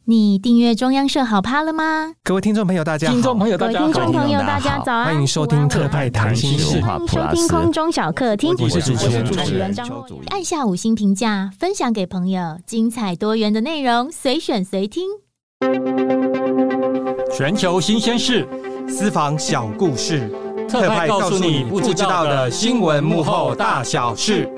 你订阅中央社好趴了吗？ 各位听众朋友大家好， 各位听众朋友大家早安， 欢迎收听特派谈心事， 欢迎收听空中小客厅， 我是主持人张若仪。按下5星评价，分享给朋友，精彩多元的内容随选随听。 全球新鲜事， 私房小故事， 特派告诉你不知道的新闻幕后大小事。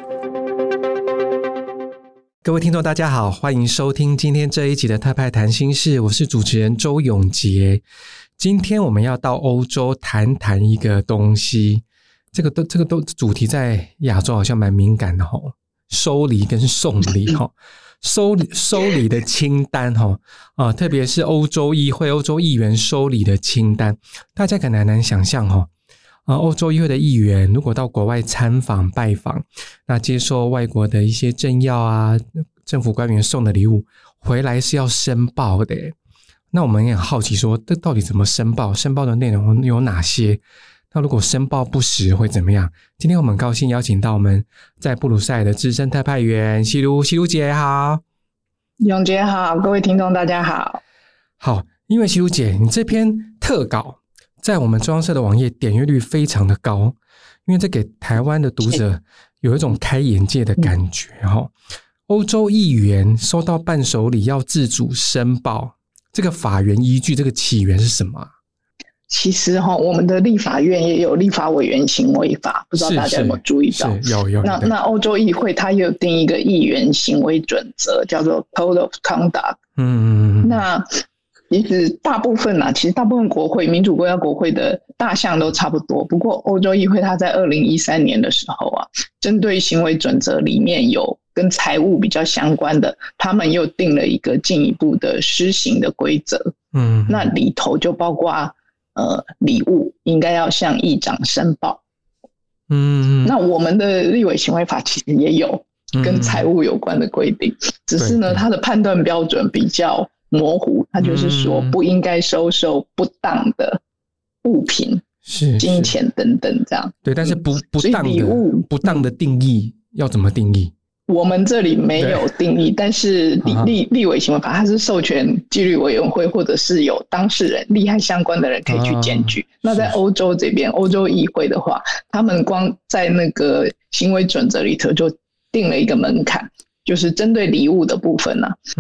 各位听众大家好，欢迎收听今天这一集的特派谈心事，我是主持人周永杰。今天我们要到欧洲谈谈一个东西，这个都主题在亚洲好像蛮敏感的齁，收礼跟送礼齁。收礼的清单特别是欧洲议会、欧洲议员收礼的清单，大家可能难想象欧洲议会的议员如果到国外参访拜访，那接受外国的一些政要啊、政府官员送的礼物回来是要申报的耶。那我们也很好奇说，这到底怎么申报？申报的内容有哪些？那如果申报不实会怎么样？今天我们很高兴邀请到我们在布鲁塞尔的资深特派员西卢姐好。 永杰好，各位听众大家好。 好，因为西卢姐你这篇特稿在我们中央社的网页点阅率非常的高，因为这给台湾的读者有一种开眼界的感觉欧洲议员收到伴手礼要自主申报，这个法源依据，这个起源是什么啊？ 其实我们的立法院也有立法委员行为法，不知道大家有没有注意到？ 有。 那欧洲议会它也有定一个议员行为准则，叫做 Code of Conduct。那其实大部分国会、民主国家国会的大项都差不多。不过欧洲议会它在2013年的时候针对行为准则里面有跟财务比较相关的，他们又定了一个进一步的施行的规则。那里头就包括礼物应该要向议长申报。那我们的立委行为法其实也有跟财务有关的规定，只是呢它的判断标准比较模糊，它就是说不应该收受不当的物品、金钱等等这样。 对，但是不当的定义要怎么定义？ 我们这里没有定义，但是立委行为法它是授权纪律委员会或者是有当事人利害相关的人可以去检举。那在欧洲这边，欧洲议会的话，他们光在那个行为准则里头就定了一个门槛，就是针对礼物的部分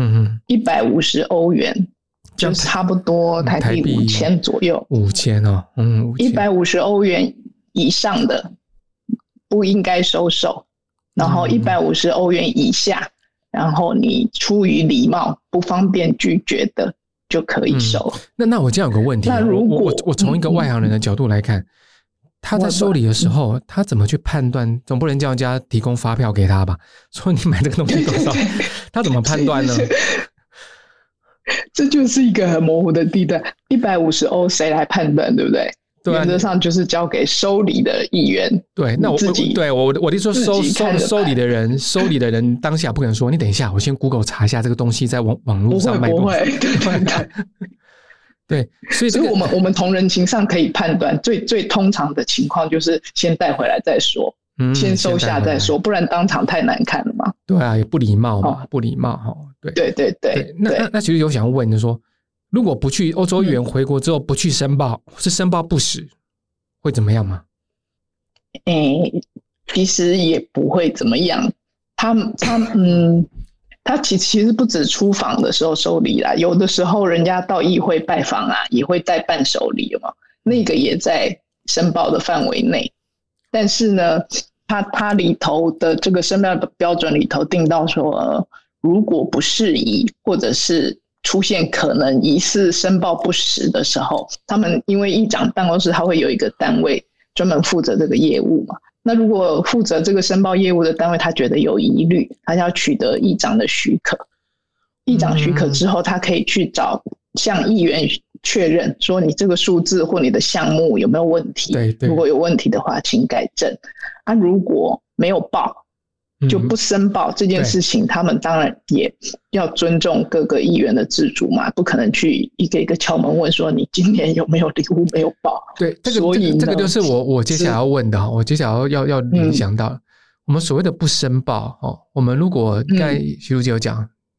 150欧元，就是差不多台币5000左右。 5000 150欧元以上的不应该收受。然后150欧元以下，然后你出于礼貌不方便拒绝的就可以收。 那我这样有个问题，那如果我从一个外行人的角度来看，他在收礼的时候他怎么去判断？总不能叫人家提供发票给他吧，说你买这个东西多少他怎么判断呢？ 这就是一个很模糊的地带。150欧谁来判断，对不对？原则上就是交给收礼的议员。 对，那我的说收礼的人当下不可能说你等一下，我先 Google 查一下这个东西在网络上卖不会。对，所以我们从人情上可以判断，最通常的情况就是先带回来再说，先收下再说，不然当场太难看了嘛。 对啊，也不礼貌嘛，不礼貌对。那其实有想问的说，如果不去欧洲议员回国之后不去申报，是申报不实，会怎么样吗？ 其实也不会怎么样。他其实不止出访的时候收礼啦，有的时候人家到议会拜访也会带伴手礼嘛，那个也在申报的范围内。但是呢，他里头的这个申报的标准里头定到说，如果不适宜或者是出现可能疑似申报不实的时候，他们因为议长办公室他会有一个单位专门负责这个业务嘛，那如果负责这个申报业务的单位他觉得有疑虑，他要取得议长的许可，议长许可之后他可以去向议员确认说你这个数字或你的项目有没有问题， 对， 如果有问题的话请改正如果没有报就不申报这件事情，他们当然也要尊重各个议员的自主嘛，不可能去一个一个敲门问说你今年有没有礼物没有报。 对，这个就是我接下来要问的，我接下来要联想到，我们所谓的不申报我们如果刚才徐如姐有讲，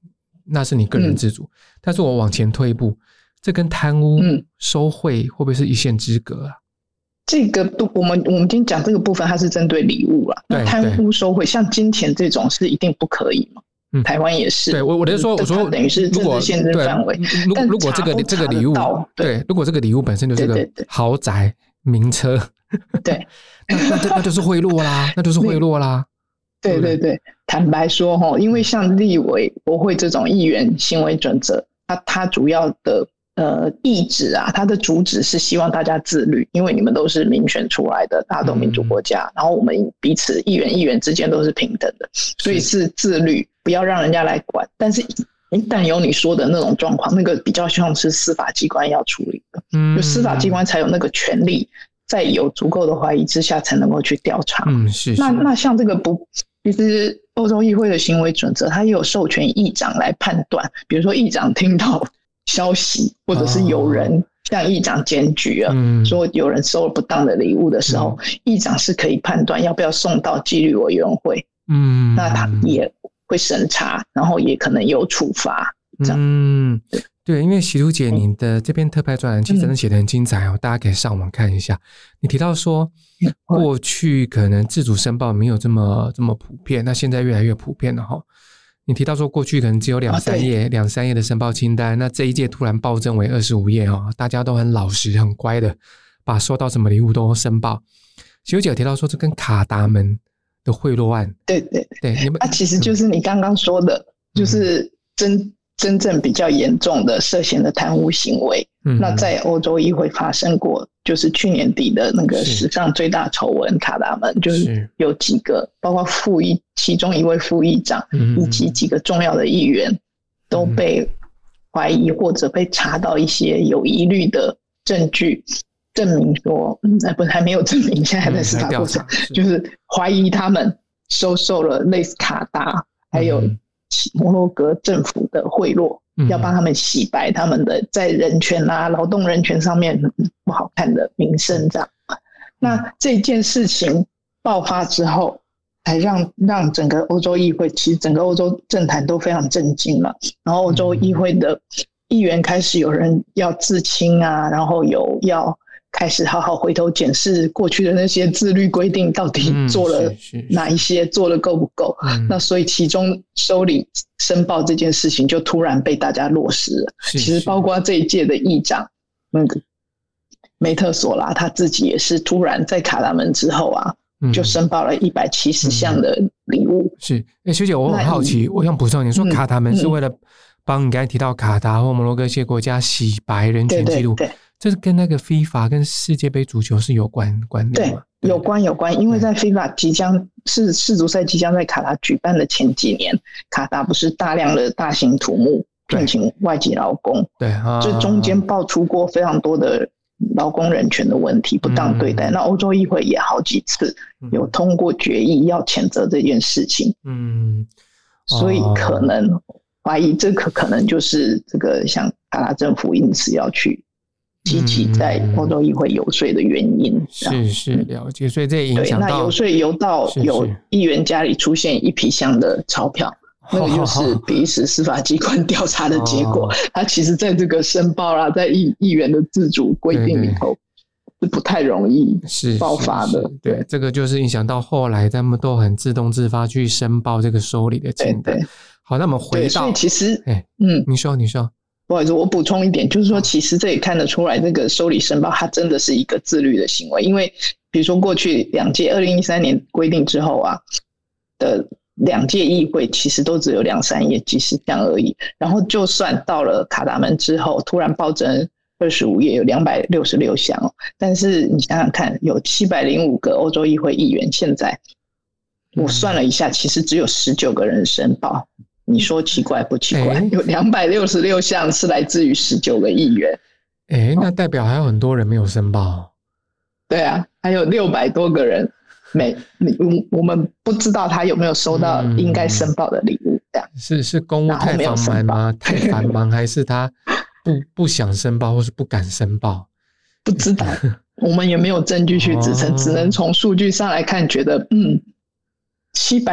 那是你个人自主。但是我往前推一步，这跟贪污、收贿会不会是一线之隔啊？ 这个我们今天讲这个部分，它是针对礼物啦。那贪污收贿，像金钱这种是一定不可以嘛？台湾也是。 对，我的说，我说等于是政治限制范围。 如果这个礼物，对，如果这个礼物本身就是个豪宅、名车， 对， 那就是贿赂啦，那就是贿赂啦。 对对对，坦白说因为像立委、国会这种议员行为准则，它主要的意旨啊，它的主旨是希望大家自律，因为你们都是民选出来的，大家都民主国家，然后我们彼此议员之间都是平等的，所以是自律，不要让人家来管。但是一旦有你说的那种状况，那个比较像是司法机关要处理的，就司法机关才有那个权利，在有足够的怀疑之下才能够去调查。 是。 那像这个其实欧洲议会的行为准则，它也有授权议长来判断，比如说议长听到消息，或者是有人向议长检举说有人收了不当的礼物的时候，议长是可以判断要不要送到纪律委员会，那他也会审查，然后也可能有处罚，这样。 对，因为喜如姐你的这篇特派专栏其实真的写得很精彩大家可以上网看一下。你提到说过去可能自主申报没有这么普遍，那现在越来越普遍了你提到说过去可能只有两三页的申报清单，那这一届突然暴增为25页大家都很老实很乖的把收到什么礼物都申报。喜如姐有提到说这跟卡达门的贿赂案，对， 其实就是你刚刚说的，就是真正比较严重的涉嫌的贪污行为，那在欧洲议会发生过，就是去年底的那个史上最大丑闻卡达门，就是有几个包括其中一位副议长以及几个重要的议员都被怀疑或者被查到一些有疑虑的证据，证明说不是还没有证明，现在还在司法过程，就是怀疑他们收受了类似卡达还有摩洛哥政府的贿赂，要帮他们洗白他们的在人权劳动人权上面不好看的名声这样。那这件事情爆发之后，才让整个欧洲议会，其实整个欧洲政坛都非常震惊了。然后欧洲议会的议员开始有人要自清然后要开始好好回头检视过去的那些自律规定到底做了哪一些，做了够不够。那所以其中收礼申报这件事情就突然被大家落实了。其实包括这一届的议长那个梅特索拉，他自己也是突然在卡达门之后就申报了170项的礼物。 是，学姐我很好奇，我想补充，你说卡达门是为了帮你刚才提到卡达或摩洛哥一些国家洗白人权记录，对，这是跟那个 FIFA 跟世界杯足球是有关联吗？ 对，有关，因为在 FIFA 世足赛即将在卡达举办的前几年，卡达不是大量的大型土木聘请外籍劳工，对，这中间爆出过非常多的劳工人权的问题，不当对待。那欧洲议会也好几次有通过决议要谴责这件事情，所以可能怀疑这个可能就是这个像卡达政府因此要去积极在欧洲议会游说的原因。 是了解，所以这也影响到那游说游到有议员家里出现一批箱的钞票，那个就是比利时司法机关调查的结果。他其实在这个申报在议员的自主规定里头是不太容易爆发的。 对，这个就是影响到后来他们都很自动自发去申报这个收礼的清单。好，那我们回到， 所以其实你说不好意思，我补充一点，就是说其实这也看得出来，这个收礼申报它真的是一个自律的行为。因为比如说过去2届2013年规定之后的2届议会其实都只有2-3页几十项而已，然后就算到了卡达门之后突然暴增25页，有266项但是你想想看，有705个欧洲议会议员，现在我算了一下，其实只有19个人申报。你说奇怪不奇怪？有266项是来自于19个议员。 那代表还有很多人没有申报。 对啊，还有600多个人我们不知道他有没有收到应该申报的礼物。这样是公务太繁忙吗？太繁忙，还是他不想申报，或是不敢申报？ 不知道，我们也没有证据去支撑，只能从数据上来看，觉得700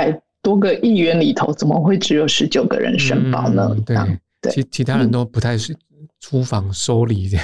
多个议员里头，怎么会只有19个人申报呢？ 对，其他人都不太出访收礼这样。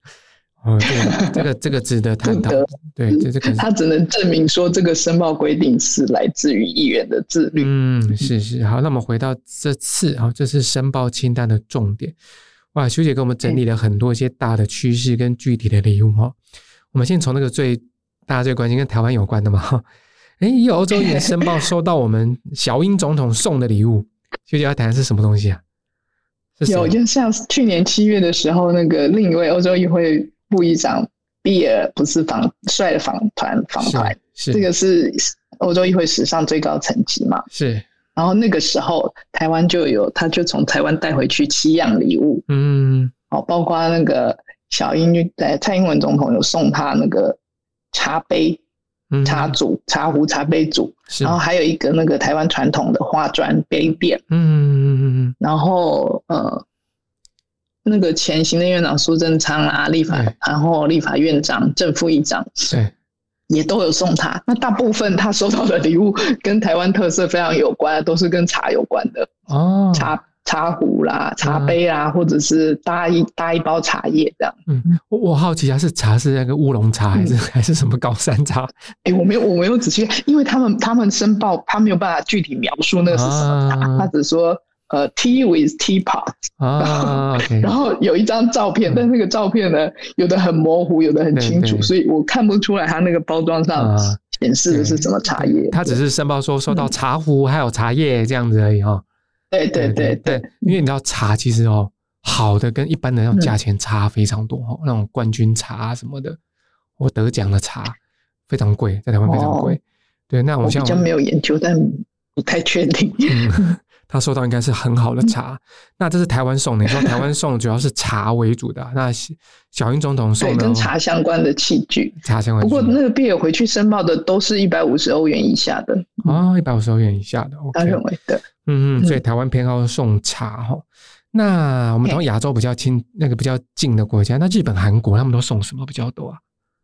这个值得探讨。对，这个他只能证明说这个申报规定是来自于议员的自律。 是。好，那我们回到这次申报清单的重点。哇，修姐给我们整理了很多一些大的趋势跟具体的礼物哈。我们先从那个大家最关心跟台湾有关的嘛。也有欧洲议员申报收到我们小英总统送的礼物，修姐要谈的是什么东西啊？ 有，就像去年7月的时候，那个另一位欧洲议会副议长比尔不是率了访团，这个是欧洲议会史上最高层级嘛？是。然后那个时候台湾他就从台湾带回去7样礼物，包括那个小英蔡英文总统有送他那个茶杯。茶组、茶壶、茶杯组，然后还有一个那个台湾传统的花砖杯垫，然后那个前行政院长苏贞昌啊，然后立法院长、正副议长，对，也都有送他。那大部分他收到的礼物跟台湾特色非常有关，都是跟茶有关的哦，茶壶啦、茶杯啦，或者是搭一包茶叶这样。 我好奇是茶是那个乌龙茶还是什么高山茶？ 我没有仔细，因为他们申报，他没有办法具体描述那个是什么茶，他只说tea with teapot 然后有一张照片，但那个照片呢，有的很模糊，有的很清楚，所以我看不出来他那个包装上显示的是什么茶叶。 他只是申报说收到茶壶还有茶叶这样子而已哈。 对， 因为你知道茶其实好的跟一般的那种价钱差非常多那种冠军茶什么的，或得奖的茶非常贵，在台湾非常贵。对，那我比较没有研究，但不太确定。 他收到应该是很好的茶。那这是台湾送的，你说台湾送主要是茶为主的，那小英总统送的跟茶相关的器具。不过那个比尔回去申报的都是150欧元以下的。 150欧元以下的， 他认为的。 所以台湾偏好送茶那我们从亚洲比较近的国家，那日本、韩国他们都送什么比较多啊？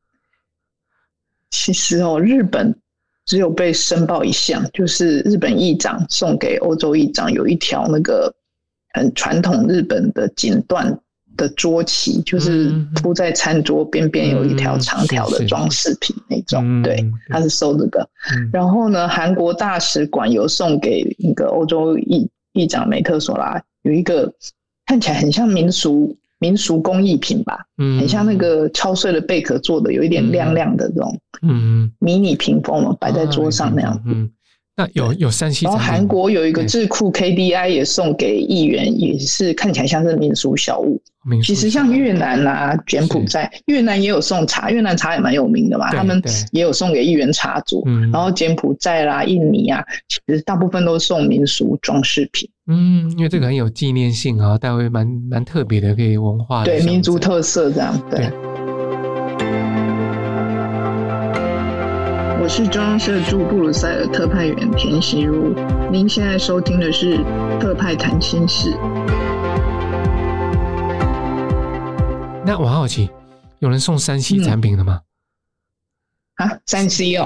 其实日本只有被申报一项，就是日本议长送给欧洲议长有一条那个很传统日本的锦缎的桌旗，就是铺在餐桌边边有一条长条的装饰品那种。对，他是收这个。然后呢，韩国大使馆有送给那个欧洲议长梅特索拉有一个看起来很像民俗工艺品吧，很像那个敲碎的贝壳做的，有一点亮亮的这种迷你屏风摆在桌上那样子。 那有山西， 然后韩国有一个智库 KDI 也送给议员，也是看起来像是民俗小物。其实像越南啊、柬埔寨，越南也有送茶，越南茶也蛮有名的嘛，他们也有送给议员茶组。然后柬埔寨啦、印尼啊，其实大部分都送民俗装饰品。 因为这个很有纪念性啊，带回蛮特别的，可以文化的对民族特色这样。对。我是中央社驻布鲁塞尔特派员田喜如，您现在收听的是特派谈心事。 那我好奇，有人送3C 产品的吗 ？3C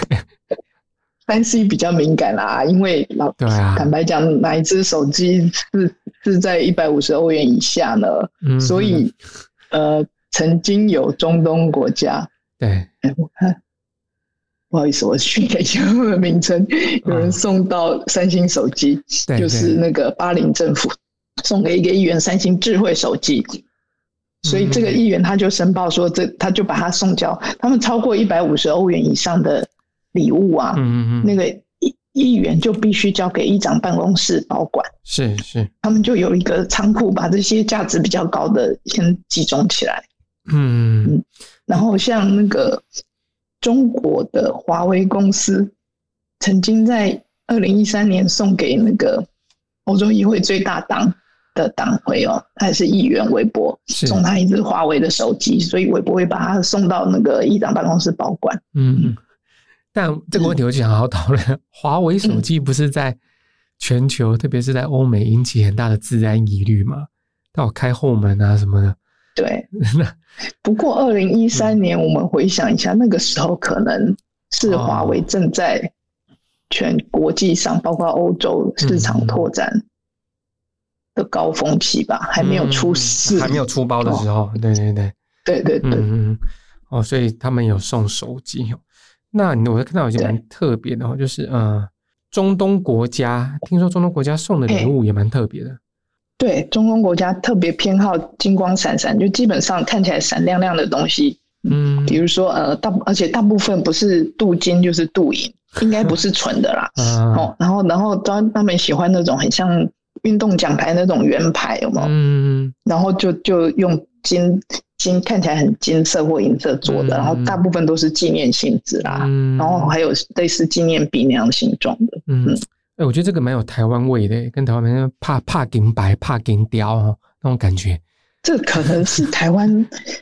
3C 比较敏感啦，因为坦白讲，哪一只手机是在150欧元以下呢？所以曾经有中东国家，我看。不好意思，我去了一下名称，有人送到三星手机，就是那个巴林政府送给一个议员3星智慧手机，所以这个议员他就申报说，他就把它送交他们超过150欧元以上的礼物啊，那个议员就必须交给议长办公室保管， 是， 他们就有一个仓库，把这些价值比较高的先集中起来，然后像那个。中国的华为公司曾经在2013年送给那个欧洲议会最大党的党魁他也是议员韦伯，送他一只华为的手机，所以韦伯会把他送到那个议长办公室保管。 但这个问题我就想好好讨论，华为手机不是在全球，特别是在欧美引起很大的治安疑虑吗？它有开后门啊什么的。 对，不过2013年我们回想一下，那个时候可能是华为正在全国际上包括欧洲市场拓展的高峰期吧，还没有出事， 还没有出包的时候，对对对对对对， 所以他们有送手机哦。那我看到有些蛮特别的哦，就是中东国家，听说中东国家送的礼物也蛮特别的。 对，中东国家特别偏好金光闪闪，就基本上看起来闪亮亮的东西，比如说而且大部分不是镀金就是镀银，应该不是纯的啦。然后他们喜欢那种很像运动奖牌那种圆牌，有没有？然后就用金看起来很金色或银色做的，然后大部分都是纪念性质啦，然后还有类似纪念币那样形状的。 我觉得这个蛮有台湾味的，跟台湾人怕金白怕金雕那种感觉。 这可能是台湾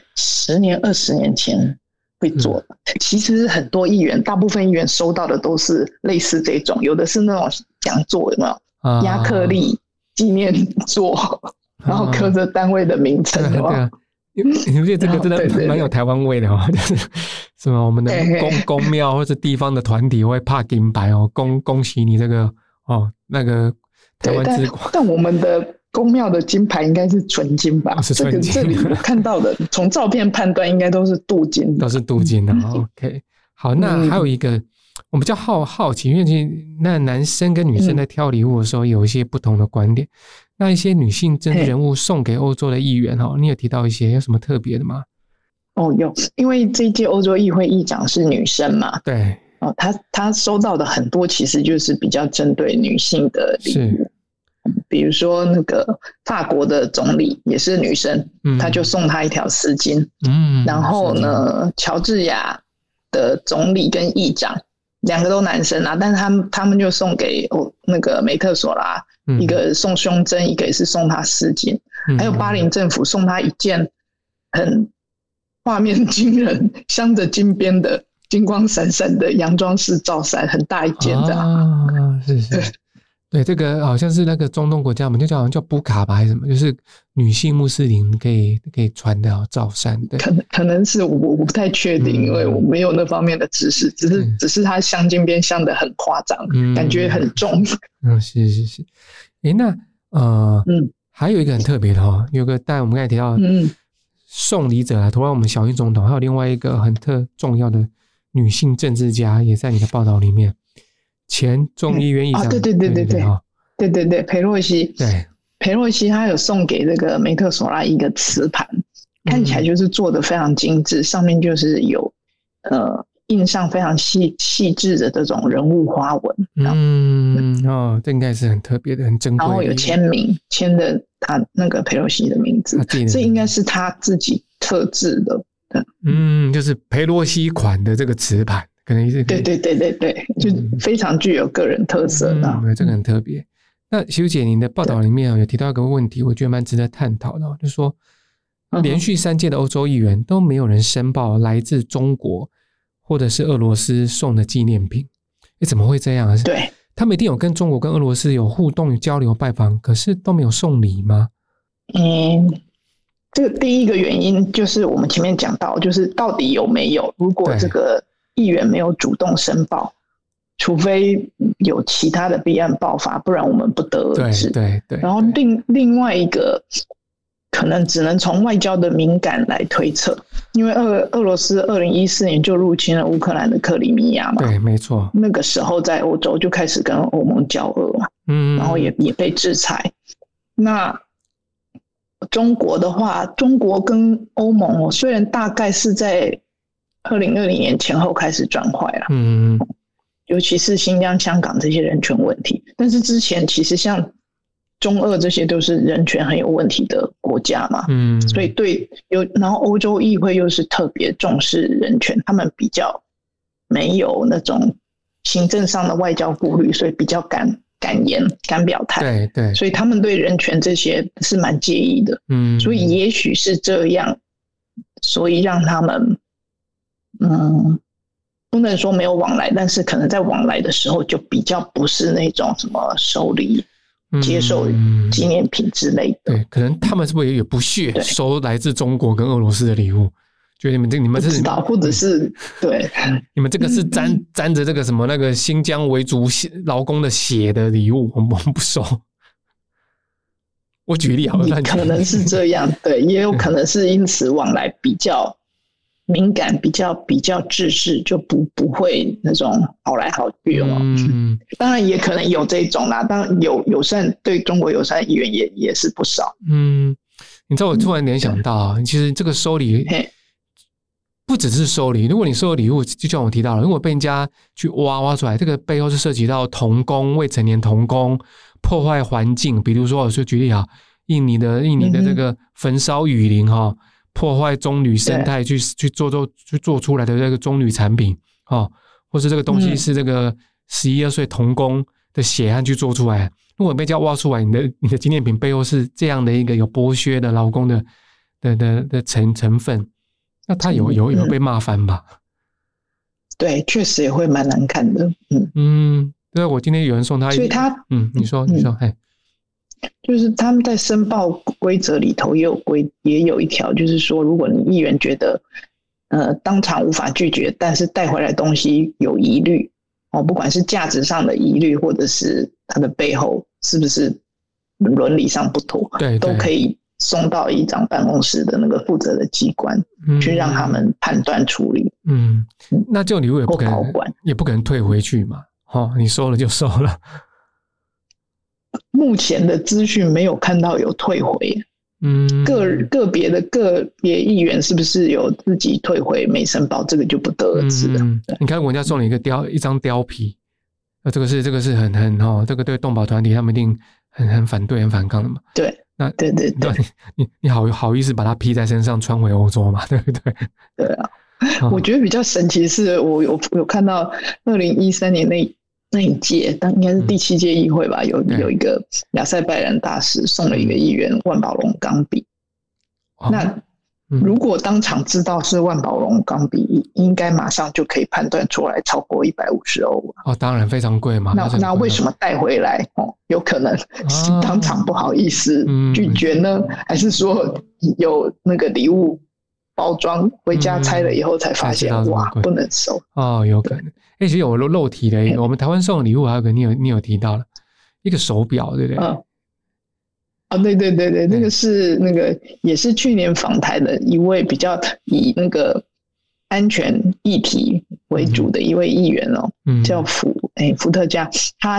10年20年前会做的。其实很多议员，大部分议员收到的都是类似这种，有的是那种讲座，有没有？亚克力纪念座，然后刻着单位的名称，有没有？ 你不觉得这个真的蛮有台湾味的哦？就是什么我们的公庙或者地方的团体会怕金白哦，恭喜你这个那个台湾之光。 但我们的公庙的金牌应该是纯金吧？ 是纯金。 这里我看到的，从照片判断应该都是镀金的， 都是镀金的。OK， 好，那还有一个我比较好奇，因为其实那男生跟女生在挑礼物的时候有一些不同的观点。那一些女性政治人物送给欧洲的议员你有提到一些，有什么特别的吗？ 有，因为这一届欧洲议会议长是女生嘛， 对， 她收到的很多其实就是比较针对女性的礼物，比如说那个法国的总理也是女生，她就送她一条丝巾，然后呢，乔治亚的总理跟议长两个都男生啊，但是他们就送给那个梅特索拉，一个送胸针，一个也是送他丝巾，还有巴林政府送他一件很画面惊人、镶着金边的金光闪闪的洋装式罩衫，很大一件的是。对，这个好像是那个中东国家，我们就好像叫布卡吧，还是什么，就是女性穆斯林可以穿的罩衫。对， 可能是我不太确定，因为我没有那方面的知识，只是它镶金边镶的很夸张，感觉很重。 是。那还有一个很特别的有个但我们刚才提到送礼者投到我们小英总统，还有另外一个很重要的女性政治家也在你的报道里面。前众议院议长， 对，裴洛西， 对， 裴洛西他有送给这个梅特索拉一个瓷盘，看起来就是做的非常精致，上面就是有印上非常细致的这种人物花纹， 这应该是很特别的、很珍贵的， 然后有签名，签的他那个裴洛西的名字，这应该是他自己特制的， 就是裴洛西款的这个瓷盘。可能是对，就非常具有个人特色的， 这个很特别。那修姐，您的报道里面有提到一个问题，我觉得蛮值得探讨的，就是说，连续3届的欧洲议员都没有人申报来自中国或者是俄罗斯送的纪念品，怎么会这样？ 对， 他们一定有跟中国跟俄罗斯有互动、交流、拜访，可是都没有送礼吗？ 这个第一个原因就是我们前面讲到，就是到底有没有，如果这个议员没有主动申报，除非有其他的弊案爆发，不然我们不得而知。 对。 然后另外一个可能只能从外交的敏感来推测，因为俄罗斯2014年就入侵了乌克兰的克里米亚嘛， 对，没错。 那个时候在欧洲就开始跟欧盟交恶嘛，然后也被制裁。那中国的话，中国跟欧盟虽然大概是在2020年前后开始转坏了，尤其是新疆、香港这些人权问题，但是之前其实像中俄这些都是人权很有问题的国家嘛，所以然后欧洲议会又是特别重视人权，他们比较没有那种行政上的外交顾虑，所以比较敢言敢表态， 对， 所以他们对人权这些是蛮介意的，所以也许是这样，所以让他们不能说没有往来，但是可能在往来的时候就比较不是那种什么收礼、接受纪念品之类的。 对，可能他们是不是也有不屑收来自中国跟俄罗斯的礼物？ 觉得你们是不知道，或者是对你们这个是沾着这个什么那个新疆维族劳工的血的礼物，我们不收。我举例好了， 可能是这样，对，也有可能是因此往来比较敏感，比较制式，就不会那种好来好去哦。当然也可能有这种啦，当然友善对中国友善议员也是不少。 你知道我突然联想到，其实这个收礼不只是收礼，如果你收的礼物，就像我提到了，如果被人家去挖出来，这个背后是涉及到童工、未成年童工破坏环境，比如说我就举例啊，印尼的这个焚烧雨林哈，破坏棕榈生态，去做出来的这个棕榈产品啊，或是这个东西是这个11、12岁童工的血汗去做出来，如果被人家挖出来，你的纪念品背后是这样的一个有剥削的劳工的成分。那他有被骂翻吧？ 对，确实也会蛮难看的。 对，我今天有人送他， 所以他你说， 就是他们在申报规则里头也有一条，就是说，如果你议员觉得当场无法拒绝，但是带回来的东西有疑虑不管是价值上的疑虑，或者是它的背后是不是伦理上不妥，对，都可以送到议长办公室的那个负责的机关去让他们判断处理。 那这种礼物也不可能退回去嘛？你收了就收了。 目前的资讯没有看到有退回。个别议员是不是有自己退回没申报，这个就不得而知了。 你看人家送你一张貂皮，这个是很这个对动保团体他们一定很反对很反抗的嘛。 对。那对， 你好意思把它披在身上穿回欧洲嘛？对不对？ 对啊，我觉得比较神奇的是，我有看到2013年那一届，应该是第7届议会吧，有一个亚塞拜然大使送了一个议员万宝龙钢笔。那如果当场知道是万宝龙钢笔，应该马上就可以判断出来超过150欧。 当然非常贵嘛。 那为什么带回来？有可能是当场不好意思拒绝呢，还是说有那个礼物包装回家拆了以后才发现哇不能收？ 有可能。其实有漏提的，我们台湾送的礼物还有个你有提到了一个手表，对不对？ 对，那个是也是去年访台的一位比较以那个安全议题为主的一位议员叫伏特加，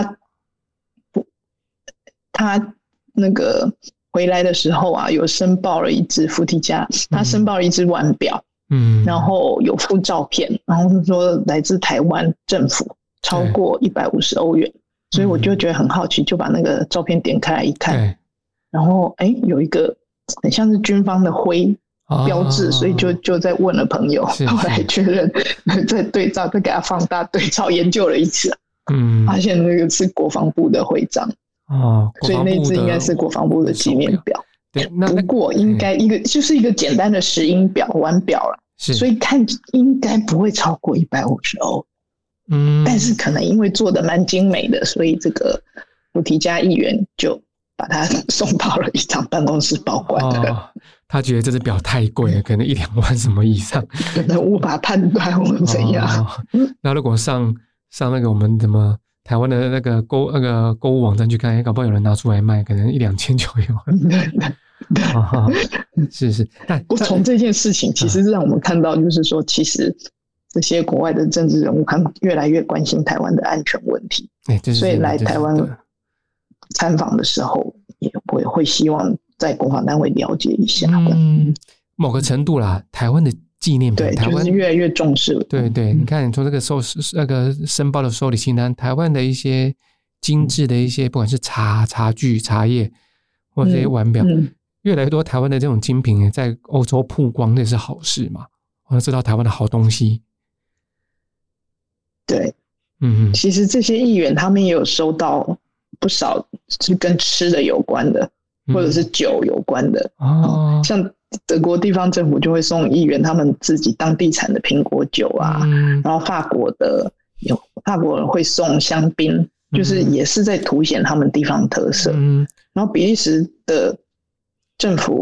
他那个回来的时候有申报了一只伏特加，他申报了一只腕表，然后有附照片，然后说来自台湾政府，超过150欧元，所以我就觉得很好奇，就把那个照片点开来一看，然后有一个很像是军方的徽标志，所以就在问了朋友，后来确认再对照，再给他放大对照研究了一次，发现那个是国防部的徽章。所以那只应该是国防部的纪念表。对，不过应该就是一个简单的石英表腕表了，所以看应该不会超过150欧。但是可能因为做的蛮精美的，所以这个伏特加议员就把它送到了议长办公室保管了。 他觉得这只表太贵了，可能1-2万什么以上， 可能无法判断我们怎样。 那如果上那个我们怎么台湾的那个购物网站去看，搞不好有人拿出来卖，可能1-2千就有。是。但从这件事情，其实让我们看到，就是说，其实这些国外的政治人物，他们越来越关心台湾的安全问题，所以来台湾参访的时候，也会希望在国防单位了解一下。 某个程度啦，台湾的纪念品，台湾就是越来越重视了。 对，你看，从这个申报的收礼清单，台湾的一些精致的一些，不管是茶具、茶叶，或者这些腕表，越来越多台湾的这种精品在欧洲曝光，那也是好事嘛。我们知道台湾的好东西。 对，其实这些议员他们也有收到不少是跟吃的有关的，或者是酒有关的。像德国地方政府就会送议员他们自己当地产的苹果酒啊，然后法国人会送香槟，就是也是在凸显他们地方特色。然后比利时的政府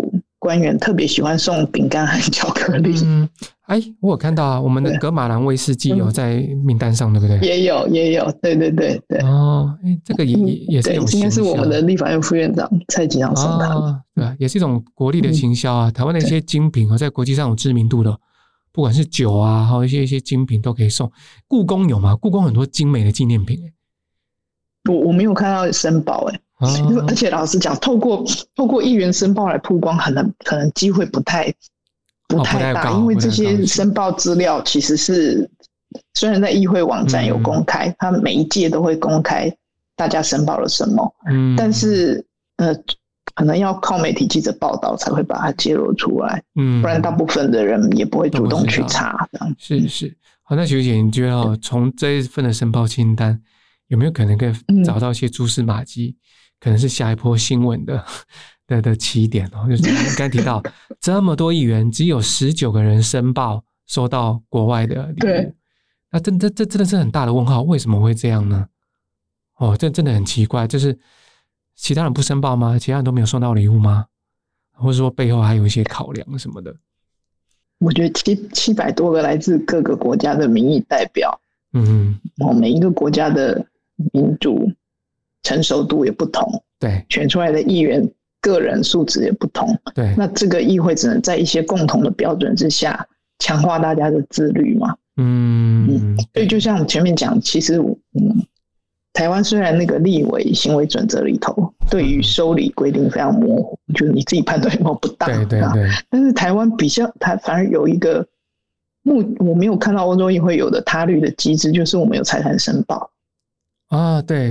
官员特别喜欢送饼干和巧克力。 我有看到啊，我们的噶玛兰威士忌有在名单上，对不对？ 也有，对。 这个也是一种行销， 应该是我们的立法院副院长蔡其昌送的。 对，也是一种国力的行销啊。台湾的一些精品在国际上有知名度的，不管是酒啊，还有一些精品都可以送。故宫有吗？故宫很多精美的纪念品。 我没有看到申报而且老实讲，透过议员申报来曝光，可能机会不太大，因为这些申报资料其实是虽然在议会网站有公开，它每一届都会公开大家申报了什么，但是可能要靠媒体记者报道才会把它揭露出来，不然大部分的人也不会主动去查。 是。好，那学姐，你觉得从这一份的申报清单，有没有可能可以找到一些蛛丝马迹，可能是下一波新闻的起点就是你刚才提到这么多议员，只有19个人申报收到国外的礼物，对，那这真的是很大的问号，为什么会这样呢？这真的很奇怪，就是其他人不申报吗？其他人都没有收到礼物吗？或者说背后还有一些考量什么的？ 我觉得700多个来自各个国家的民意代表，每一个国家的民主成熟度也不同，对，选出来的议员个人素质也不同，对，那这个议会只能在一些共同的标准之下强化大家的自律嘛。所以就像前面讲，其实台湾虽然那个立委行为准则里头对于收礼规定非常模糊，就是你自己判断有没有不当，对，但是台湾反而有一个我没有看到欧洲议会有的他律的机制，就是我们有财产申报对，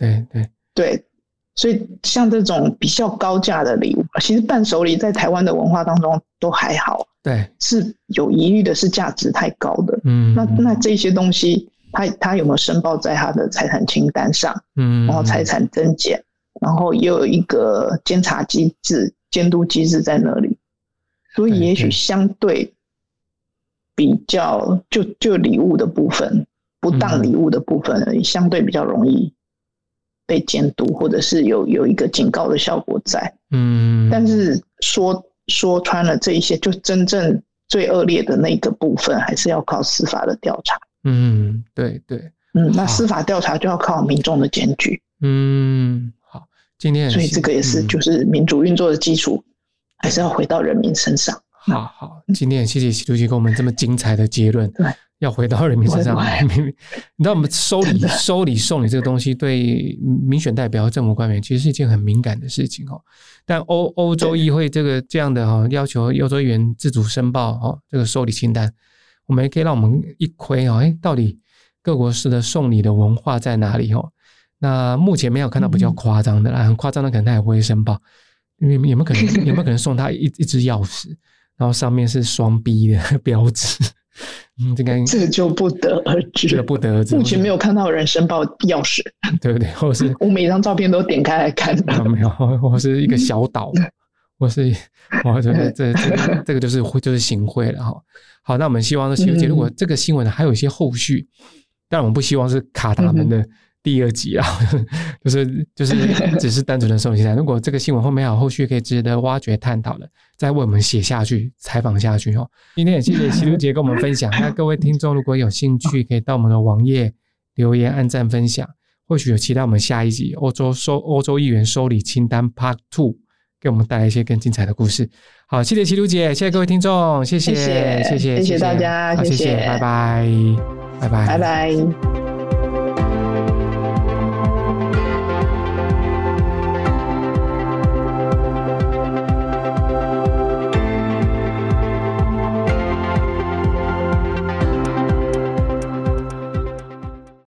所以像这种比较高价的礼物，其实伴手礼在台湾的文化当中都还好，对，是有疑虑的是价值太高的，那这些东西他有没有申报在他的财产清单上，然后财产增减，然后也有一个监察机制、监督机制在那里，所以也许相对比较就礼物的部分，不当礼物的部分而已，相对比较容易被监督，或者是有一个警告的效果在。但是说穿了这一些，就真正最恶劣的那个部分，还是要靠司法的调查。 对， 那司法调查就要靠民众的检举。 好，今天所以这个也是就是民主运作的基础，还是要回到人民身上。 好，今天谢谢习主席给我们这么精彩的结论，要回到人民身上。你知道我们收礼送礼这个东西，对民选代表和政府官员其实是一件很敏感的事情但欧洲议会这样的要求欧洲议员自主申报这个收礼清单，我们也可以让我们一窥到底各国式的送礼的文化在哪里那目前没有看到比较夸张的啦，很夸张的可能他也不会申报，因为有没有可能送他一只钥匙，然后上面是双 B 的标志？ 这就不得而知，目前没有看到有人申报钥匙， 对不对？或是我每张照片都点开来看没有，或是一个小岛，或是这个就是行贿了好，那我们希望习主席如果这个新闻还有一些后续，当然我们不希望是卡他们的第2集就是只是单纯的收集。如果这个新闻后面还有后续可以值得挖掘探讨的，再为我们写下去、采访下去今天也谢谢习主席跟我们分享。那各位听众如果有兴趣，可以到我们的网页留言、按赞、分享。或许有期待我们下一集欧洲议员收礼清单 Part 2， 给我们带来一些更精彩的故事。好，谢谢习主席，谢谢各位听众，谢谢大家， 谢谢， 拜拜。